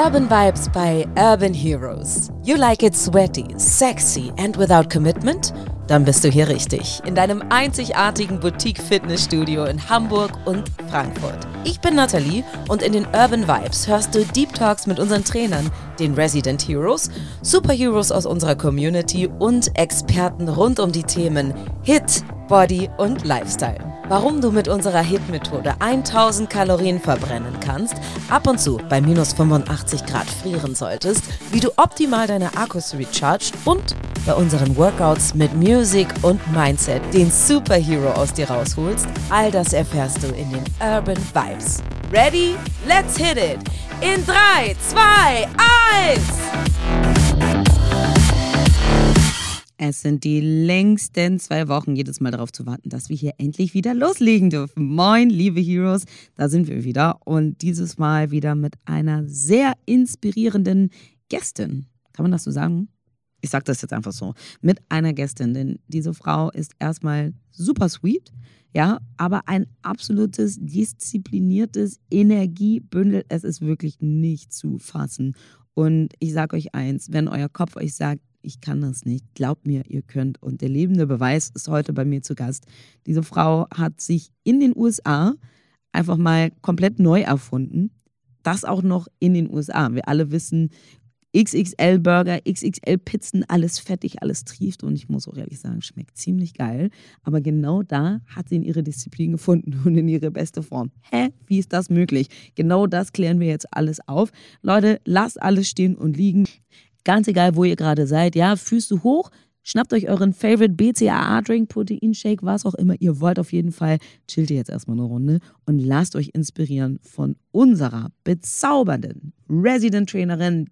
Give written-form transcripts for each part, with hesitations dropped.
Urban Vibes bei Urban Heroes. You like it sweaty, sexy and without commitment? Dann bist du hier richtig. In deinem einzigartigen Boutique-Fitnessstudio in Hamburg und Frankfurt. Ich bin Nathalie und in den Urban Vibes hörst du Deep Talks mit unseren Trainern, den Resident Heroes, Superheroes aus unserer Community und Experten rund um die Themen Hit, Body und Lifestyle. Warum du mit unserer HIT-Methode 1000 Kalorien verbrennen kannst, ab und zu bei minus 85 Grad frieren solltest, wie du optimal deine Akkus recharged und bei unseren Workouts mit Music und Mindset den Superhero aus dir rausholst, all das erfährst du in den Urban Vibes. Ready? Let's hit it! In 3, 2, 1! Es sind die längsten 2 Wochen, jedes Mal darauf zu warten, dass wir hier endlich wieder loslegen dürfen. Moin, liebe Heroes, da sind wir wieder und dieses Mal wieder mit einer sehr inspirierenden Gästin. Kann man das so sagen? Ich sage das jetzt einfach so. Mit einer Gästin, denn diese Frau ist erstmal super sweet, ja, aber ein absolutes, diszipliniertes Energiebündel. Es ist wirklich nicht zu fassen. Und ich sage euch eins, wenn euer Kopf euch sagt, ich kann das nicht, glaubt mir, ihr könnt. Und der lebende Beweis ist heute bei mir zu Gast. Diese Frau hat sich in den USA einfach mal komplett neu erfunden. Das auch noch in den USA. Wir alle wissen, XXL-Burger, XXL-Pizzen, alles fettig, alles trieft. Und ich muss auch ehrlich sagen, schmeckt ziemlich geil. Aber genau da hat sie in ihre Disziplin gefunden und in ihre beste Form. Wie ist das möglich? Genau das klären wir jetzt alles auf. Leute, lasst alles stehen und liegen. Ganz egal, wo ihr gerade seid, ja, Füße hoch, schnappt euch euren Favorite BCAA-Drink, Proteinshake, was auch immer ihr wollt. Auf jeden Fall chillt ihr jetzt erstmal eine Runde und lasst euch inspirieren von unserer bezaubernden Resident-Trainerin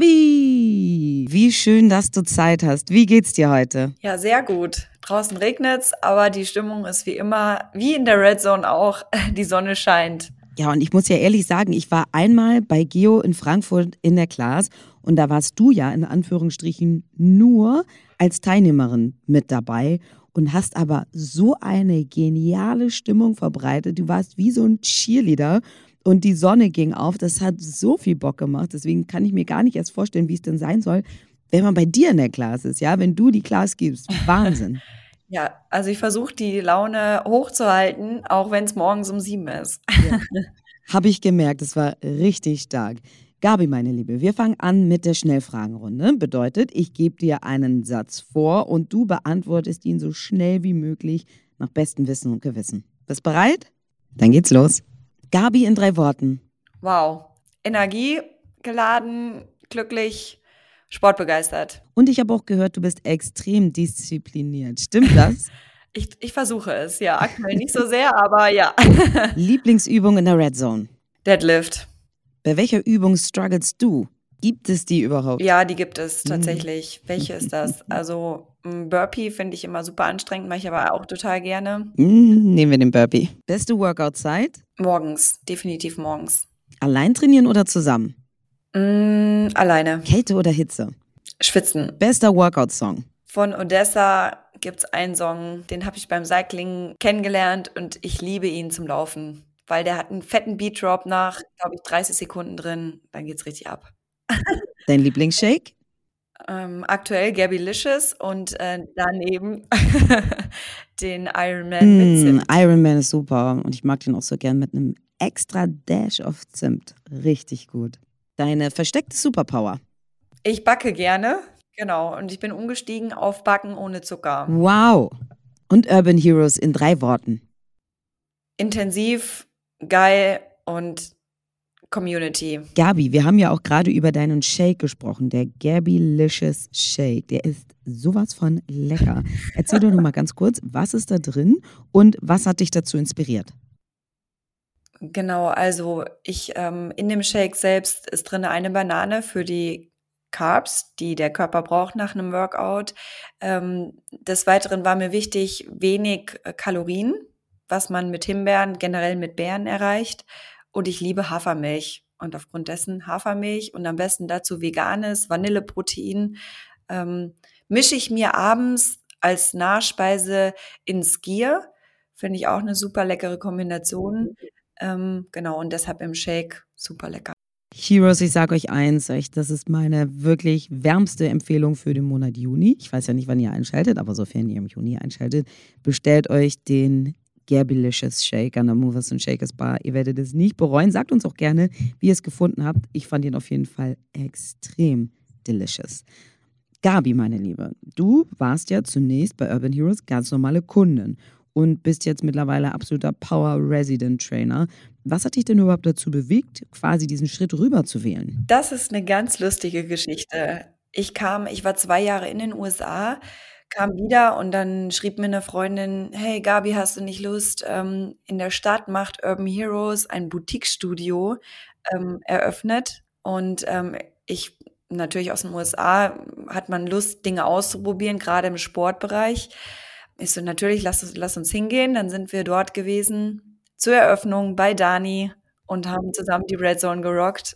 Gabi. Wie schön, dass du Zeit hast. Wie geht's dir heute? Ja, sehr gut. Draußen regnet's, aber die Stimmung ist wie immer, wie in der Red Zone auch, die Sonne scheint. Ja, und ich muss ja ehrlich sagen, ich war einmal bei Geo in Frankfurt in der Class und da warst du ja in Anführungsstrichen nur als Teilnehmerin mit dabei und hast aber so eine geniale Stimmung verbreitet. Du warst wie so ein Cheerleader und die Sonne ging auf. Das hat so viel Bock gemacht. Deswegen kann ich mir gar nicht erst vorstellen, wie es denn sein soll, wenn man bei dir in der Class ist, ja, wenn du die Class gibst. Wahnsinn. Ja, also ich versuche die Laune hochzuhalten, auch wenn es morgens um 7 ist. Ja. Habe ich gemerkt, es war richtig stark. Gabi, meine Liebe, wir fangen an mit der Schnellfragenrunde. Bedeutet, ich gebe dir einen Satz vor und du beantwortest ihn so schnell wie möglich nach bestem Wissen und Gewissen. Bist bereit? Dann geht's los. Gabi in 3 Worten. Wow. Energie geladen, glücklich, sportbegeistert. Und ich habe auch gehört, du bist extrem diszipliniert. Stimmt das? Ich versuche es, ja. Aktuell nicht so sehr, aber ja. Lieblingsübung in der Red Zone. Deadlift. Bei welcher Übung strugglest du? Gibt es die überhaupt? Ja, die gibt es tatsächlich. Welche ist das? Also Burpee finde ich immer super anstrengend, mache ich aber auch total gerne. Nehmen wir den Burpee. Beste Workout-Zeit? Morgens, definitiv morgens. Allein trainieren oder zusammen? Alleine. Kälte oder Hitze? Schwitzen. Bester Workout-Song? Von Odessa gibt es einen Song, den habe ich beim Cycling kennengelernt und ich liebe ihn zum Laufen, weil der hat einen fetten Beat-Drop nach, glaube ich, 30 Sekunden drin, dann geht's richtig ab. Dein Lieblingsshake? Aktuell Gabilicious und daneben den Ironman mit Zimt. Ironman ist super und ich mag den auch so gern mit einem extra Dash of Zimt. Richtig gut. Deine versteckte Superpower? Ich backe gerne, genau, und ich bin umgestiegen auf Backen ohne Zucker. Wow. Und Urban Heroes in 3 Worten? Intensiv, geil und Community. Gabi, wir haben ja auch gerade über deinen Shake gesprochen, der Gabilicious Shake. Der ist sowas von lecker. Erzähl doch noch mal ganz kurz, was ist da drin und was hat dich dazu inspiriert? Genau, also in dem Shake selbst ist drin eine Banane für die Carbs, die der Körper braucht nach einem Workout. Des Weiteren war mir wichtig, wenig Kalorien, was man mit Himbeeren, generell mit Beeren erreicht. Und ich liebe Hafermilch. Und aufgrund dessen Hafermilch und am besten dazu veganes Vanilleprotein mische ich mir abends als Nachspeise ins Skier. Finde ich auch eine super leckere Kombination. Genau, und deshalb im Shake super lecker. Heroes, ich sage euch eins, echt, das ist meine wirklich wärmste Empfehlung für den Monat Juni. Ich weiß ja nicht, wann ihr einschaltet, aber sofern ihr im Juni einschaltet, bestellt euch den Gabbilicious Shake an der Movers and Shakers Bar. Ihr werdet es nicht bereuen. Sagt uns auch gerne, wie ihr es gefunden habt. Ich fand ihn auf jeden Fall extrem delicious. Gabi, meine Liebe, du warst ja zunächst bei Urban Heroes ganz normale Kundin und bist jetzt mittlerweile absoluter Power Resident Trainer. Was hat dich denn überhaupt dazu bewegt, quasi diesen Schritt rüber zu wählen? Das ist eine ganz lustige Geschichte. Ich war 2 Jahre in den USA, kam wieder und dann schrieb mir eine Freundin: „Hey Gabi, hast du nicht Lust, in der Stadt macht Urban Heroes ein Boutique-Studio, eröffnet." Und, ich natürlich aus den USA hat man Lust, Dinge auszuprobieren, gerade im Sportbereich. Ich so: „Natürlich, lass uns hingehen." Dann sind wir dort gewesen zur Eröffnung bei Dani und haben zusammen die Red Zone gerockt.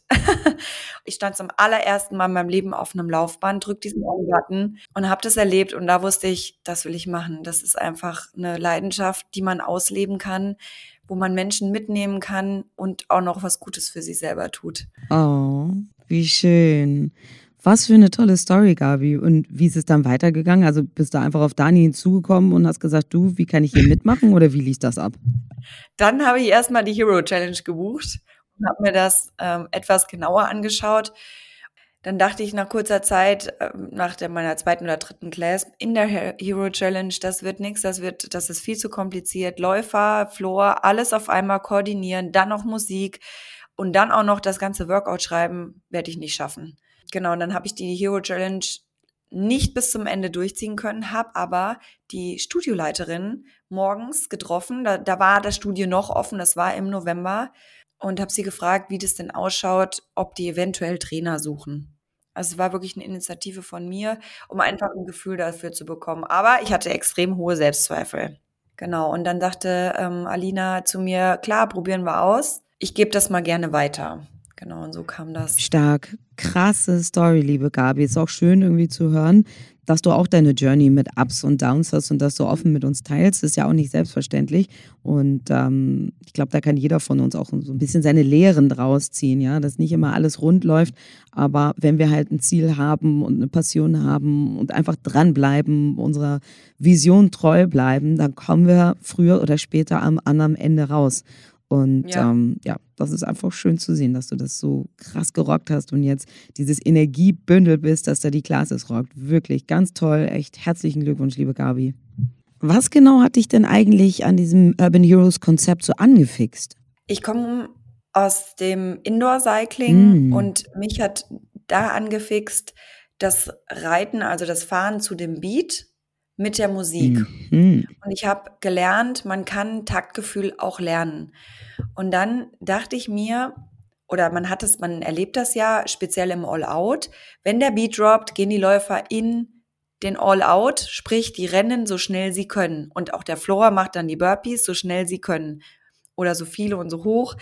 Ich stand zum allerersten Mal in meinem Leben auf 'nem Laufband, drücke diesen On-Button und habe das erlebt und da wusste ich, das will ich machen. Das ist einfach 'ne Leidenschaft, die man ausleben kann, wo man Menschen mitnehmen kann und auch noch was Gutes für sich selber tut. Oh, wie schön. Was für eine tolle Story, Gabi. Und wie ist es dann weitergegangen? Also bist du einfach auf Dani hinzugekommen und hast gesagt, du, wie kann ich hier mitmachen oder wie lief das ab? Dann habe ich erst mal die Hero Challenge gebucht und habe mir das, etwas genauer angeschaut. Dann dachte ich nach kurzer Zeit, nach meiner zweiten oder dritten Class in der Hero Challenge, das wird nix, das ist viel zu kompliziert. Läufer, Floor, alles auf einmal koordinieren, dann noch Musik und dann auch noch das ganze Workout schreiben, werde ich nicht schaffen. Genau, und dann habe ich die Hero Challenge nicht bis zum Ende durchziehen können, habe aber die Studioleiterin morgens getroffen. Da war das Studio noch offen, das war im November, und habe sie gefragt, wie das denn ausschaut, ob die eventuell Trainer suchen. Also es war wirklich eine Initiative von mir, um einfach ein Gefühl dafür zu bekommen. Aber ich hatte extrem hohe Selbstzweifel. Genau, und dann sagte Alina zu mir: „Klar, probieren wir aus. Ich gebe das mal gerne weiter." Genau, und so kam das. Stark. Krasse Story, liebe Gabi. Ist auch schön irgendwie zu hören, dass du auch deine Journey mit Ups und Downs hast und das so offen mit uns teilst. Ist ja auch nicht selbstverständlich. Und ich glaube, da kann jeder von uns auch so ein bisschen seine Lehren draus ziehen, ja, dass nicht immer alles rund läuft. Aber wenn wir halt ein Ziel haben und eine Passion haben und einfach dranbleiben, unserer Vision treu bleiben, dann kommen wir früher oder später am anderen Ende raus. Und Ja. ja, das ist einfach schön zu sehen, dass du das so krass gerockt hast und jetzt dieses Energiebündel bist, dass da die Classes rockt. Wirklich ganz toll. Echt herzlichen Glückwunsch, liebe Gabi. Was genau hat dich denn eigentlich an diesem Urban Heroes Konzept so angefixt? Ich komme aus dem Indoor-Cycling Mm. und mich hat da angefixt das Reiten, also das Fahren zu dem Beat mit der Musik. Mhm. Und ich habe gelernt, man kann Taktgefühl auch lernen. Und dann dachte ich mir, oder man erlebt das ja speziell im All-Out, wenn der Beat droppt, gehen die Läufer in den All-Out, sprich, die rennen so schnell sie können. Und auch der Floor macht dann die Burpees so schnell sie können. Oder so viele und so hoch.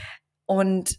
Und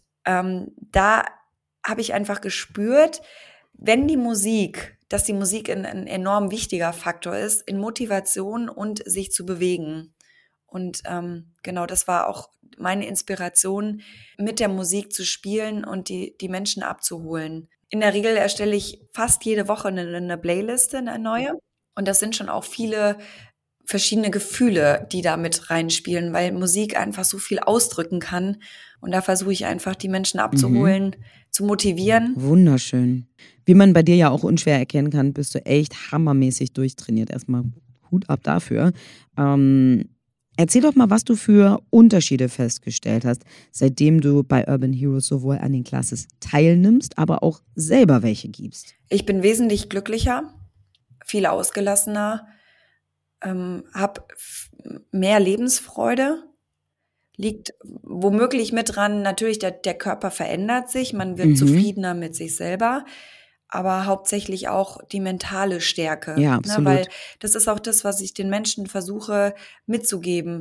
da habe ich einfach gespürt, wenn dass die Musik ein enorm wichtiger Faktor ist in Motivation und sich zu bewegen. Und genau, das war auch meine Inspiration, mit der Musik zu spielen und die Menschen abzuholen. In der Regel erstelle ich fast jede Woche eine Playliste, eine neue. Und das sind schon auch viele verschiedene Gefühle, die da mit reinspielen, weil Musik einfach so viel ausdrücken kann. Und da versuche ich einfach, die Menschen abzuholen, zu motivieren. Wunderschön. Wie man bei dir ja auch unschwer erkennen kann, bist du echt hammermäßig durchtrainiert. Erstmal Hut ab dafür. Erzähl doch mal, was du für Unterschiede festgestellt hast, seitdem du bei Urban Heroes sowohl an den Classes teilnimmst, aber auch selber welche gibst. Ich bin wesentlich glücklicher, viel ausgelassener, habe mehr Lebensfreude. Liegt womöglich mit dran, natürlich der Körper verändert sich, man wird zufriedener mit sich selber, aber hauptsächlich auch die mentale Stärke. Ja, Ne, weil absolut. das ist auch das, was ich den Menschen versuche mitzugeben.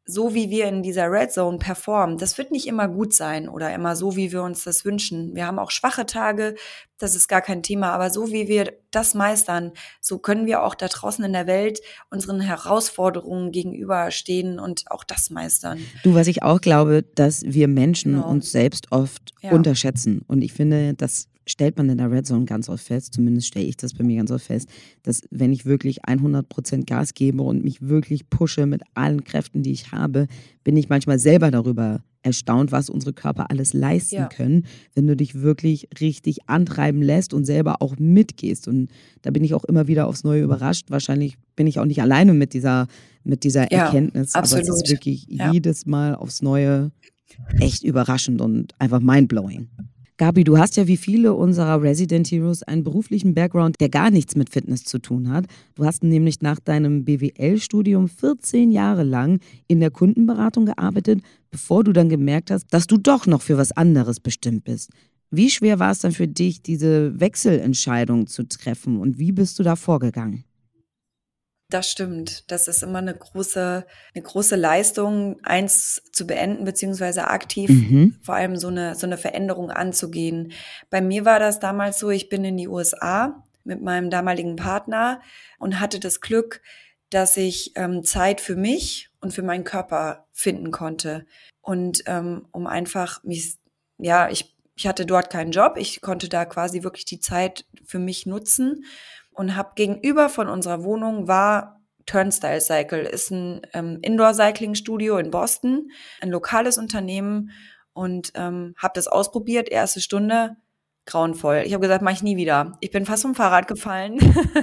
so wie wir in dieser Red Zone performen, das wird nicht immer gut sein oder immer so, wie wir uns das wünschen. Wir haben auch schwache Tage, das ist gar kein Thema, aber so wie wir das meistern, so können wir auch da draußen in der Welt unseren Herausforderungen gegenüberstehen und auch das meistern. Du, was ich auch glaube, dass wir Menschen Genau. uns selbst oft Ja. unterschätzen. Und ich finde, das stellt man in der Red Zone ganz oft fest, zumindest stelle ich das bei mir ganz oft fest, dass wenn ich wirklich 100% Gas gebe und mich wirklich pushe mit allen Kräften, die ich habe, bin ich manchmal selber darüber erstaunt, was unsere Körper alles leisten Ja. können, wenn du dich wirklich richtig antreiben lässt und selber auch mitgehst. Und da bin ich auch immer wieder aufs Neue überrascht. Wahrscheinlich bin ich auch nicht alleine mit dieser Ja, Erkenntnis, aber es ist absolut. wirklich Ja. jedes Mal aufs Neue echt überraschend und einfach mindblowing. Gabi, du hast ja wie viele unserer Resident Heroes einen beruflichen Background, der gar nichts mit Fitness zu tun hat. Du hast nämlich nach deinem BWL-Studium 14 Jahre lang in der Kundenberatung gearbeitet, bevor du dann gemerkt hast, dass du doch noch für was anderes bestimmt bist. Wie schwer war es dann für dich, diese Wechselentscheidung zu treffen und wie bist du da vorgegangen? Das stimmt. Das ist immer eine große Leistung, eins zu beenden, beziehungsweise aktiv vor allem so eine Veränderung anzugehen. Bei mir war das damals so, ich bin in die USA mit meinem damaligen Partner und hatte das Glück, dass ich Zeit für mich und für meinen Körper finden konnte. Und um einfach ich hatte dort keinen Job. Ich konnte da quasi wirklich die Zeit für mich nutzen und habe gegenüber von unserer Wohnung war Turnstile Cycle, ist ein Indoor-Cycling-Studio in Boston, ein lokales Unternehmen und habe das ausprobiert. Erste Stunde, grauenvoll. Ich habe gesagt, mache ich nie wieder. Ich bin fast vom Fahrrad gefallen,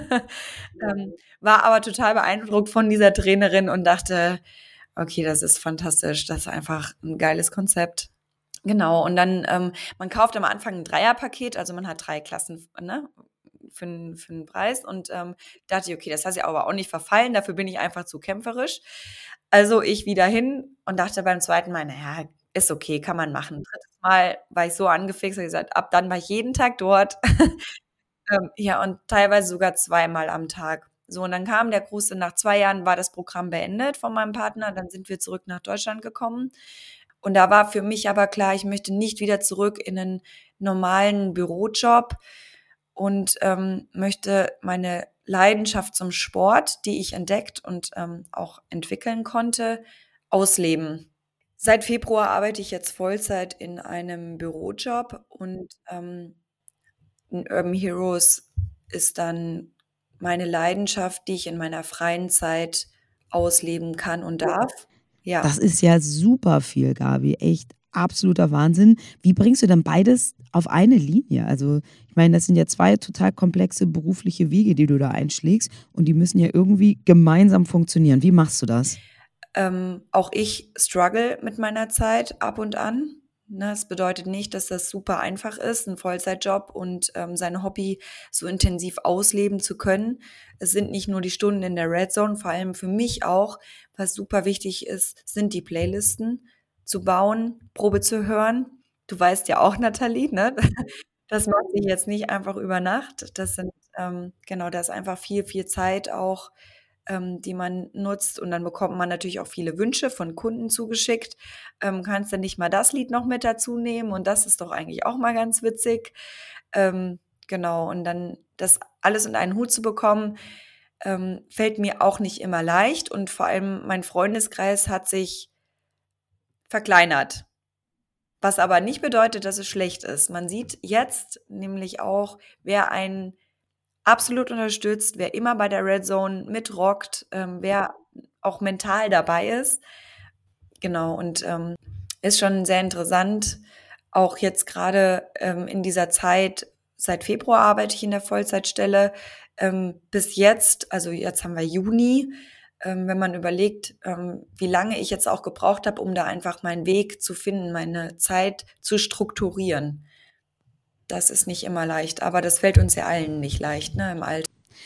war aber total beeindruckt von dieser Trainerin und dachte, okay, das ist fantastisch, das ist einfach ein geiles Konzept. Genau, und dann, man kauft am Anfang ein Dreierpaket, also man hat 3 Klassen, ne, für einen Preis und dachte ich, okay, das hat sich aber auch nicht verfallen, dafür bin ich einfach zu kämpferisch. Also ich wieder hin und dachte beim zweiten Mal, naja, ist okay, kann man machen. Drittes Mal war ich so angefixt, habe gesagt, ab dann war ich jeden Tag dort. Ja, und teilweise sogar zweimal am Tag. So, und dann kam der große, nach 2 Jahren war das Programm beendet von meinem Partner, dann sind wir zurück nach Deutschland gekommen. Und da war für mich aber klar, ich möchte nicht wieder zurück in einen normalen Bürojob und möchte meine Leidenschaft zum Sport, die ich entdeckt und auch entwickeln konnte, ausleben. Seit Februar arbeite ich jetzt Vollzeit in einem Bürojob und in Urban Heroes ist dann meine Leidenschaft, die ich in meiner freien Zeit ausleben kann und darf. Ja. Das ist ja super viel, Gabi. Echt absoluter Wahnsinn. Wie bringst du denn beides auf eine Linie? Also, ich meine, das sind ja 2 total komplexe berufliche Wege, die du da einschlägst und die müssen ja irgendwie gemeinsam funktionieren. Wie machst du das? Auch ich struggle mit meiner Zeit ab und an. Ne, das bedeutet nicht, dass das super einfach ist, ein Vollzeitjob und sein Hobby so intensiv ausleben zu können. Es sind nicht nur die Stunden in der Red Zone, vor allem für mich auch, was super wichtig ist, sind die Playlisten zu bauen, Probe zu hören. Du weißt ja auch, Nathalie, ne? Das macht sich jetzt nicht einfach über Nacht. Das sind genau, da ist einfach viel, viel Zeit auch, die man nutzt. Und dann bekommt man natürlich auch viele Wünsche von Kunden zugeschickt. Kannst du nicht mal das Lied noch mit dazu nehmen? Und das ist doch eigentlich auch mal ganz witzig. Genau, und dann das alles in einen Hut zu bekommen, fällt mir auch nicht immer leicht. Und vor allem mein Freundeskreis hat sich verkleinert. Was aber nicht bedeutet, dass es schlecht ist. Man sieht jetzt nämlich auch, wer einen absolut unterstützt, wer immer bei der Red Zone mitrockt, wer auch mental dabei ist. Genau, und ist schon sehr interessant. Auch jetzt gerade in dieser Zeit, seit Februar arbeite ich in der Vollzeitstelle. Bis jetzt, also jetzt haben wir Juni, wenn man überlegt, wie lange ich jetzt auch gebraucht habe, um da einfach meinen Weg zu finden, meine Zeit zu strukturieren. Das ist nicht immer leicht, aber das fällt uns ja allen nicht leicht, ne, im Alter.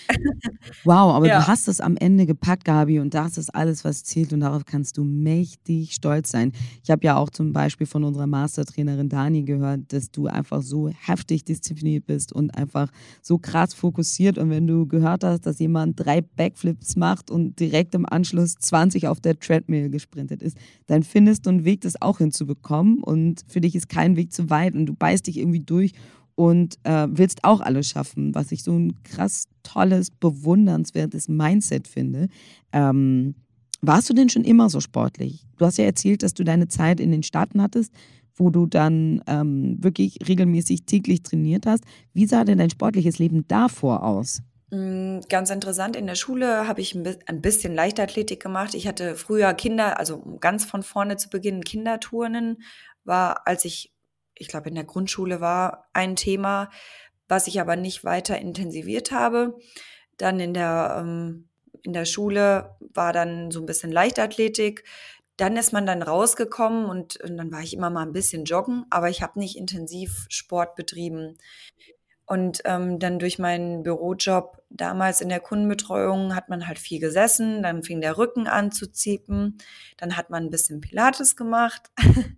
Wow, aber du Ja. hast es am Ende gepackt, Gabi, und das ist alles, was zählt und darauf kannst du mächtig stolz sein. Ich habe ja auch zum Beispiel von unserer Mastertrainerin Dani gehört, dass du einfach so heftig diszipliniert bist und einfach so krass fokussiert. Und wenn du gehört hast, dass jemand 3 Backflips macht und direkt im Anschluss 20 auf der Treadmill gesprintet ist, dann findest du einen Weg, das auch hinzubekommen. Und für dich ist kein Weg zu weit und du beißt dich irgendwie durch und willst auch alles schaffen, was ich so ein krass tolles, bewundernswertes Mindset finde. Ähm, Warst du denn schon immer so sportlich? Du hast ja erzählt, dass du deine Zeit in den Staaten hattest, wo du dann wirklich regelmäßig täglich trainiert hast. Wie sah denn dein sportliches Leben davor aus? Ganz interessant, in der Schule habe ich ein bisschen Leichtathletik gemacht. Ich hatte früher Kinder, also um ganz von vorne zu beginnen, Kinderturnen war, als ich glaube, in der Grundschule war, ein Thema, was ich aber nicht weiter intensiviert habe. Dann in der Schule war dann so ein bisschen Leichtathletik. Dann ist man dann rausgekommen und dann war ich immer mal ein bisschen joggen, aber ich habe nicht intensiv Sport betrieben. Und dann durch meinen Bürojob damals in der Kundenbetreuung hat man halt viel gesessen, dann fing der Rücken an zu ziepen, dann hat man ein bisschen Pilates gemacht.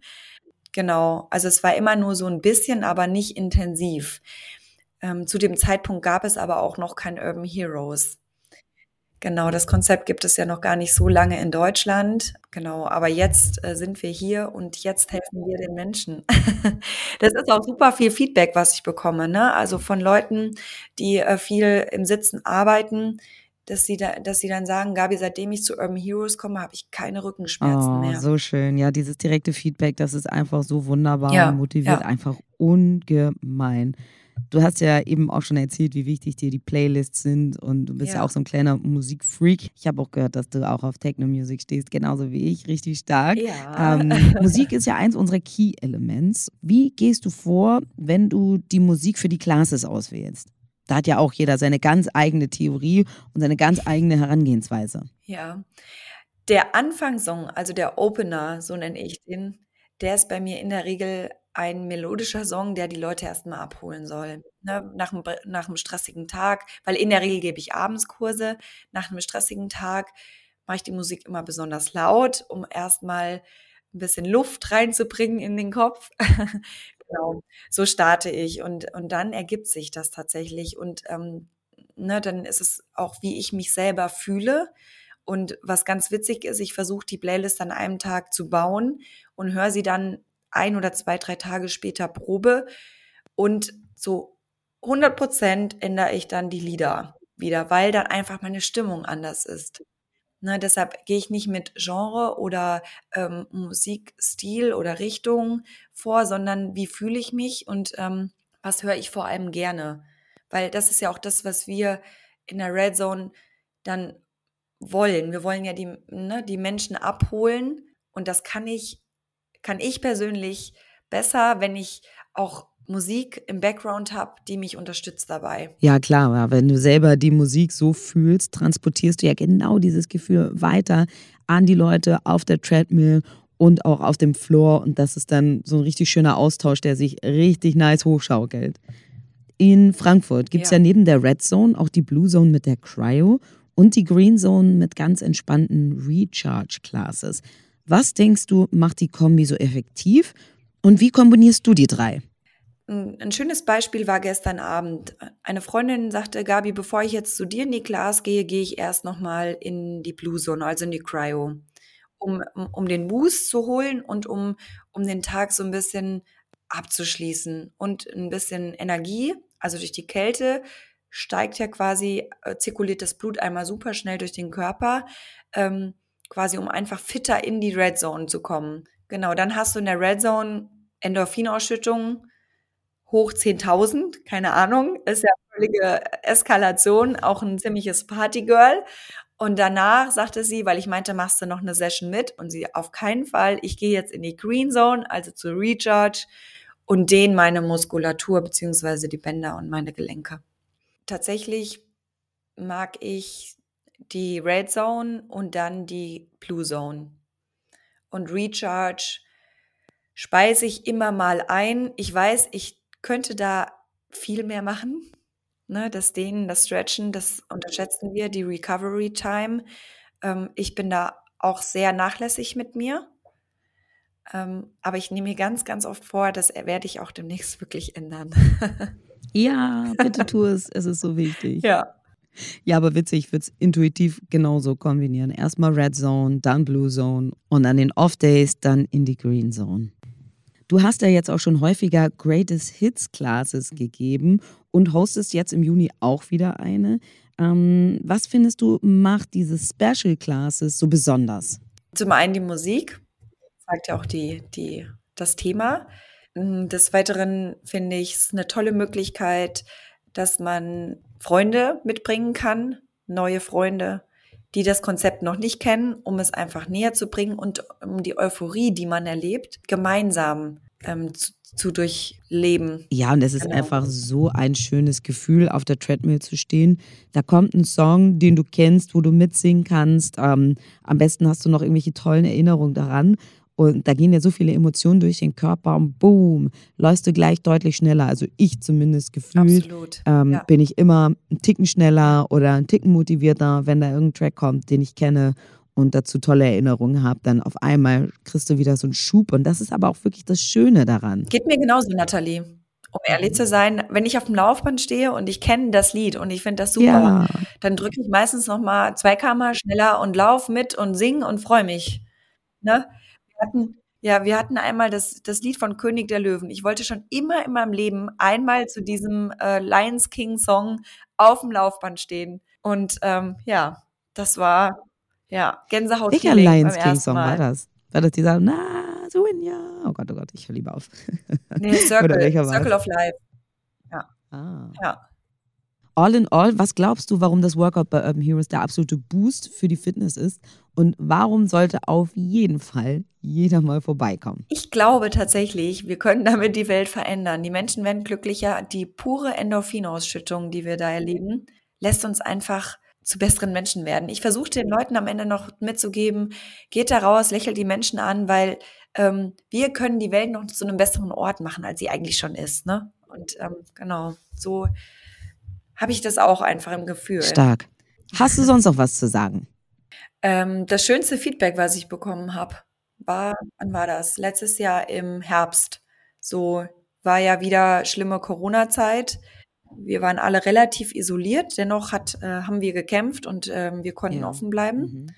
Genau, also es war immer nur so ein bisschen, aber nicht intensiv. Zu dem Zeitpunkt gab es aber auch noch kein Urban Heroes. Genau, das Konzept gibt es ja noch gar nicht so lange in Deutschland. Genau, aber jetzt sind wir hier und jetzt helfen wir den Menschen. Das ist auch super viel Feedback, was ich bekomme, ne? Also von Leuten, die viel im Sitzen arbeiten, dass sie dann sagen, Gabi, seitdem ich zu Urban Heroes komme, habe ich keine Rückenschmerzen Oh, mehr. so schön. Ja, dieses direkte Feedback, das ist einfach so wunderbar und Ja, motiviert ja, einfach ungemein. Du hast ja eben auch schon erzählt, wie wichtig dir die Playlists sind und du bist ja auch ja, so ein kleiner Musikfreak. Ich habe auch gehört, dass du auch auf Techno-Music stehst, genauso wie ich, richtig stark. ja. Musik ist ja eins unserer Key-Elements. Wie gehst du vor, wenn du die Musik für die Classes auswählst? Da hat ja auch jeder seine ganz eigene Theorie und seine ganz eigene Herangehensweise. Ja. Der Anfangssong, also der Opener, so nenne ich den, der ist bei mir in der Regel ein melodischer Song, der die Leute erst mal abholen soll, ne? Nach 'm stressigen Tag, weil in der Regel gebe ich abends Kurse. Nach 'nem stressigen Tag mache ich die Musik immer besonders laut, um erst mal 'n bisschen Luft reinzubringen in den Kopf. Genau, so starte ich und dann ergibt sich das tatsächlich und, ne, dann ist es auch, wie ich mich selber fühle. Und was ganz witzig ist, ich versuche die Playlist an einem Tag zu bauen und höre sie dann 1 oder 2, 3 Tage später Probe und zu 100% ändere ich dann die Lieder wieder, weil dann einfach meine Stimmung anders ist. Ne, deshalb gehe ich nicht mit Genre oder, Musikstil oder Richtung vor, sondern wie fühle ich mich und, was höre ich vor allem gerne? Weil das ist ja auch das, was wir in der Red Zone dann wollen. Wir wollen ja die Menschen abholen und das kann ich persönlich besser, wenn ich auch Musik im Background habe, die mich unterstützt dabei. Ja, klar, ja, wenn du selber die Musik so fühlst, transportierst du ja genau dieses Gefühl weiter an die Leute auf der Treadmill und auch auf dem Floor. Und das ist dann so ein richtig schöner Austausch, der sich richtig nice hochschaukelt. In Frankfurt gibt es ja Ja. neben der Red Zone auch die Blue Zone mit der Cryo und die Green Zone mit ganz entspannten Recharge Classes. Was denkst du, macht die Kombi so effektiv und wie kombinierst du die drei? 'N schönes Beispiel war gestern Abend. Eine Freundin sagte: „Gabi, bevor ich jetzt zu dir in die Class gehe, gehe ich erst noch mal in die Blue Zone, also in die Cryo, um den Boost zu holen und um den Tag so 'n bisschen abzuschließen und 'n bisschen Energie, also durch die Kälte steigt ja quasi zirkuliert das Blut einmal super schnell durch den Körper, ähm, quasi um einfach fitter in die Red Zone zu kommen. Genau, dann hast du in der Red Zone Endorphinausschüttung hoch 10.000, keine Ahnung, ist ja völlige Eskalation, auch 'n ziemliches Partygirl. Und danach sagte sie, weil ich meinte: „Machst du noch 'ne Session mit?“ Und sie: „Auf keinen Fall, ich gehe jetzt in die Green Zone, also zur Recharge und dehne meine Muskulatur beziehungsweise die Bänder und meine Gelenke.“ Tatsächlich mag ich die Red Zone und dann die Blue Zone. Und Recharge speise ich immer mal ein. Ich weiß, ich könnte da viel mehr machen. ne, das Dehnen, das Stretchen, das unterschätzen wir, die Recovery Time. Ich bin da auch sehr nachlässig mit mir. Aber ich nehme mir ganz, ganz oft vor, das werde ich auch demnächst wirklich ändern. Ja, bitte tu es. Es ist so wichtig. Ja. Ja, aber witzig, ich würde es intuitiv genauso kombinieren. Erstmal Red Zone, dann Blue Zone und an den Off-Days dann in die Green Zone. Du hast ja jetzt auch schon häufiger Greatest Hits Classes gegeben und hostest jetzt im Juni auch wieder eine. Was findest du, macht diese Special Classes so besonders? Zum einen die Musik, sagt ja auch das Thema. Des Weiteren finde ich es eine tolle Möglichkeit, dass man Freunde mitbringen kann, neue Freunde, die das Konzept noch nicht kennen, um es einfach näher zu bringen und um die Euphorie, die man erlebt, gemeinsam zu durchleben. Ja, und es ist Genau. einfach so ein schönes Gefühl, auf der Treadmill zu stehen. Da kommt ein Song, den du kennst, wo du mitsingen kannst. Am besten hast du noch irgendwelche tollen Erinnerungen daran. Und da gehen ja so viele Emotionen durch den Körper und boom, läufst du gleich deutlich schneller. Also ich zumindest gefühlt Absolut. Ja. bin ich immer einen Ticken schneller oder einen Ticken motivierter, wenn da irgendein Track kommt, den ich kenne und dazu tolle Erinnerungen habe. Dann auf einmal kriegst du wieder so einen Schub. Und das ist aber auch wirklich das Schöne daran. Geht mir genauso, Nathalie. Um ehrlich zu sein, wenn ich auf dem Laufband stehe und ich kenne das Lied und ich finde das super, Ja, dann drücke ich meistens noch mal 2 km schneller und laufe mit und singe und freue mich, ne? Wir hatten einmal das Lied von König der Löwen. Ich wollte schon immer in meinem Leben einmal zu diesem Lions King Song auf dem Laufband stehen. Und ja, das war welcher Gänsehaut-Feeling beim Lions King ersten Song war Mal. das? War das dieser Na, so in ja? Oh Gott, ich höre lieber auf. Nee, Oder welcher war Circle es? of Life. Ja, Ah. ja. All in all, was glaubst du, warum das Workout bei Urban Heroes der absolute Boost für die Fitness ist? Und warum sollte auf jeden Fall jeder mal vorbeikommen? Ich glaube tatsächlich, wir können damit die Welt verändern. Die Menschen werden glücklicher. Die pure Endorphinausschüttung, die wir da erleben, lässt uns einfach zu besseren Menschen werden. Ich versuche den Leuten am Ende noch mitzugeben, geht da raus, lächelt die Menschen an, weil wir können die Welt noch zu einem besseren Ort machen, als sie eigentlich schon ist. Ne? Und genau, so habe ich das auch einfach im Gefühl. Stark. Hast du sonst noch was zu sagen? Das schönste Feedback, was ich bekommen habe, wann war das? Letztes Jahr im Herbst. So war ja wieder schlimme Corona-Zeit. Wir waren alle relativ isoliert, dennoch haben wir gekämpft und wir konnten offen bleiben.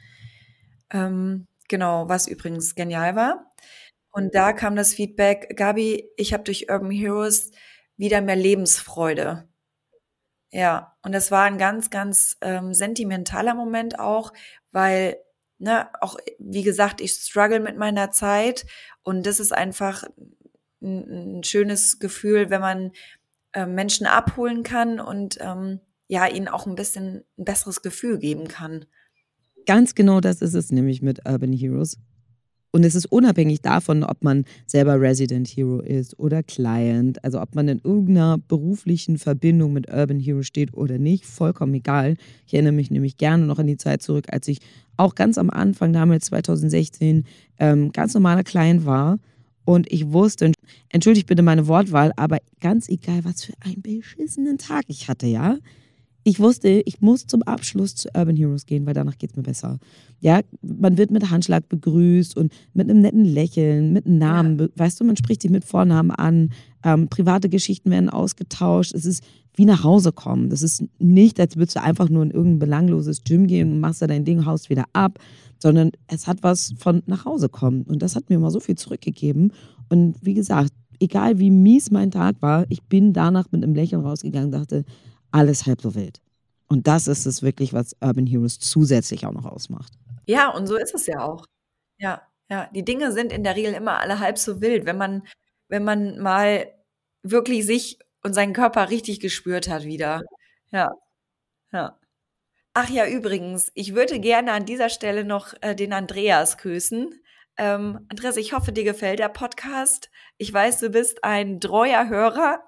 Genau, was übrigens genial war. Und da kam das Feedback, Gabi, ich habe durch Urban Heroes wieder mehr Lebensfreude. Ja, und das war ein ganz, ganz sentimentaler Moment auch, weil, ne, auch wie gesagt, ich struggle mit meiner Zeit und das ist einfach ein schönes Gefühl, wenn man Menschen abholen kann und ihnen auch ein bisschen ein besseres Gefühl geben kann. Ganz genau das ist es nämlich mit Urban Heroes. Und es ist unabhängig davon, ob man selber Resident Hero ist oder Client, also ob man in irgendeiner beruflichen Verbindung mit Urban Hero steht oder nicht, vollkommen egal. Ich erinnere mich nämlich gerne noch an die Zeit zurück, als ich auch ganz am Anfang, damals 2016, ganz normaler Client war. Und ich wusste, entschuldigt bitte meine Wortwahl, aber ganz egal, was für einen beschissenen Tag ich hatte, ja. Ich wusste, ich muss zum Abschluss zu Urban Heroes gehen, weil danach geht es mir besser. Ja, man wird mit Handschlag begrüßt und mit einem netten Lächeln, mit einem Namen. Weißt du, man spricht sich mit Vornamen an. Private Geschichten werden ausgetauscht. Es ist wie nach Hause kommen. Das ist nicht, als würdest du einfach nur in irgendein belangloses Gym gehen und machst da dein Ding, haust wieder ab, sondern es hat was von nach Hause kommen. Und das hat mir immer so viel zurückgegeben. Und wie gesagt, egal wie mies mein Tag war, ich bin danach mit einem Lächeln rausgegangen und dachte, alles halb so wild. Und das ist es wirklich, was Urban Heroes zusätzlich auch noch ausmacht. Ja, und so ist es ja auch. Ja, ja. Die Dinge sind in der Regel immer alle halb so wild, wenn man mal wirklich sich und seinen Körper richtig gespürt hat wieder. Ja, ja. Ach ja, übrigens, ich würde gerne an dieser Stelle noch den Andreas grüßen. Andreas, ich hoffe, dir gefällt der Podcast. Ich weiß, du bist ein treuer Hörer.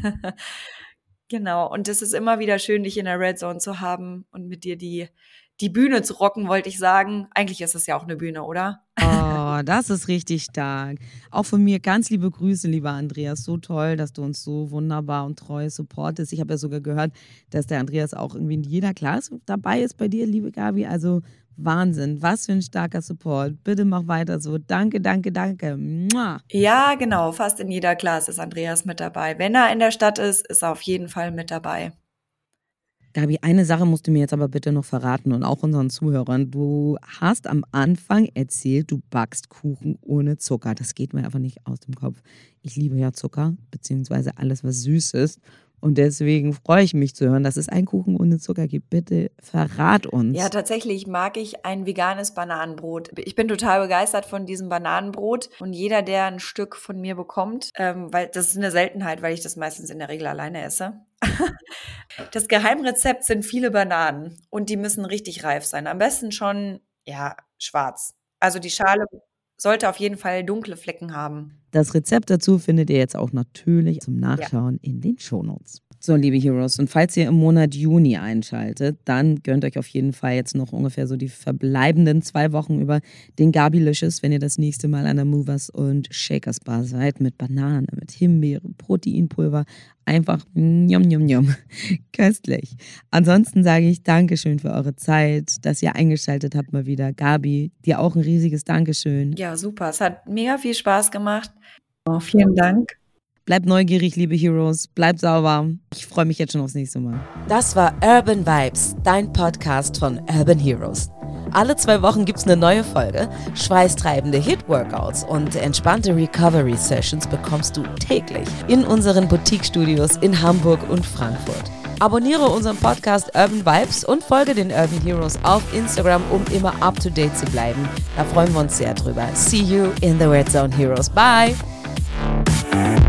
Genau, und es ist immer wieder schön, dich in der Red Zone zu haben und mit dir die Bühne zu rocken, wollte ich sagen. Eigentlich ist es ja auch eine Bühne, oder? Oh, Oh, das ist richtig stark. Auch von mir ganz liebe Grüße, lieber Andreas. So toll, dass du uns so wunderbar und treu supportest. Ich habe ja sogar gehört, dass der Andreas auch irgendwie in jeder Klasse dabei ist bei dir, liebe Gabi. Also Wahnsinn, was für ein starker Support. Bitte mach weiter so. Danke, danke, danke. Mua. Ja, genau, fast in jeder Klasse ist Andreas mit dabei. Wenn er in der Stadt ist, ist er auf jeden Fall mit dabei. Gabi, eine Sache musst du mir jetzt aber bitte noch verraten und auch unseren Zuhörern. Du hast am Anfang erzählt, du backst Kuchen ohne Zucker. Das geht mir einfach nicht aus dem Kopf. Ich liebe ja Zucker, beziehungsweise alles, was süß ist. Und deswegen freue ich mich zu hören, dass es einen Kuchen ohne Zucker gibt. Bitte verrat uns. Ja, tatsächlich mag ich ein veganes Bananenbrot. Ich bin total begeistert von diesem Bananenbrot und jeder, der ein Stück von mir bekommt, weil das ist eine Seltenheit, weil ich das meistens in der Regel alleine esse. Das Geheimrezept sind viele Bananen und die müssen richtig reif sein. Am besten schon, ja, schwarz. Also die Schale sollte auf jeden Fall dunkle Flecken haben. Das Rezept dazu findet ihr jetzt auch natürlich zum Ja. Nachschauen in den Shownotes. So, liebe Heroes, und falls ihr im Monat Juni einschaltet, dann gönnt euch auf jeden Fall jetzt noch ungefähr so die verbleibenden 2 Wochen über den Gabilicious, wenn ihr das nächste Mal an der Movers und Shakers Bar seid, mit Banane, mit Himbeere, Proteinpulver, einfach njom, njom, njom. Köstlich. Ansonsten sage ich Dankeschön für eure Zeit, dass ihr eingeschaltet habt mal wieder. Gabi, dir auch ein riesiges Dankeschön. Ja, super. Es hat mega viel Spaß gemacht. Oh, vielen Dank. Bleibt neugierig, liebe Heroes. Bleibt sauber. Ich freue mich jetzt schon aufs nächste Mal. Das war Urban Vibes, dein Podcast von Urban Heroes. Alle 2 Wochen gibt's eine neue Folge. Schweißtreibende Hit-Workouts und entspannte Recovery-Sessions bekommst du täglich in unseren Boutique-Studios in Hamburg und Frankfurt. Abonniere unseren Podcast Urban Vibes und folge den Urban Heroes auf Instagram, um immer up-to-date zu bleiben. Da freuen wir uns sehr drüber. See you in the Red Zone, Heroes. Bye!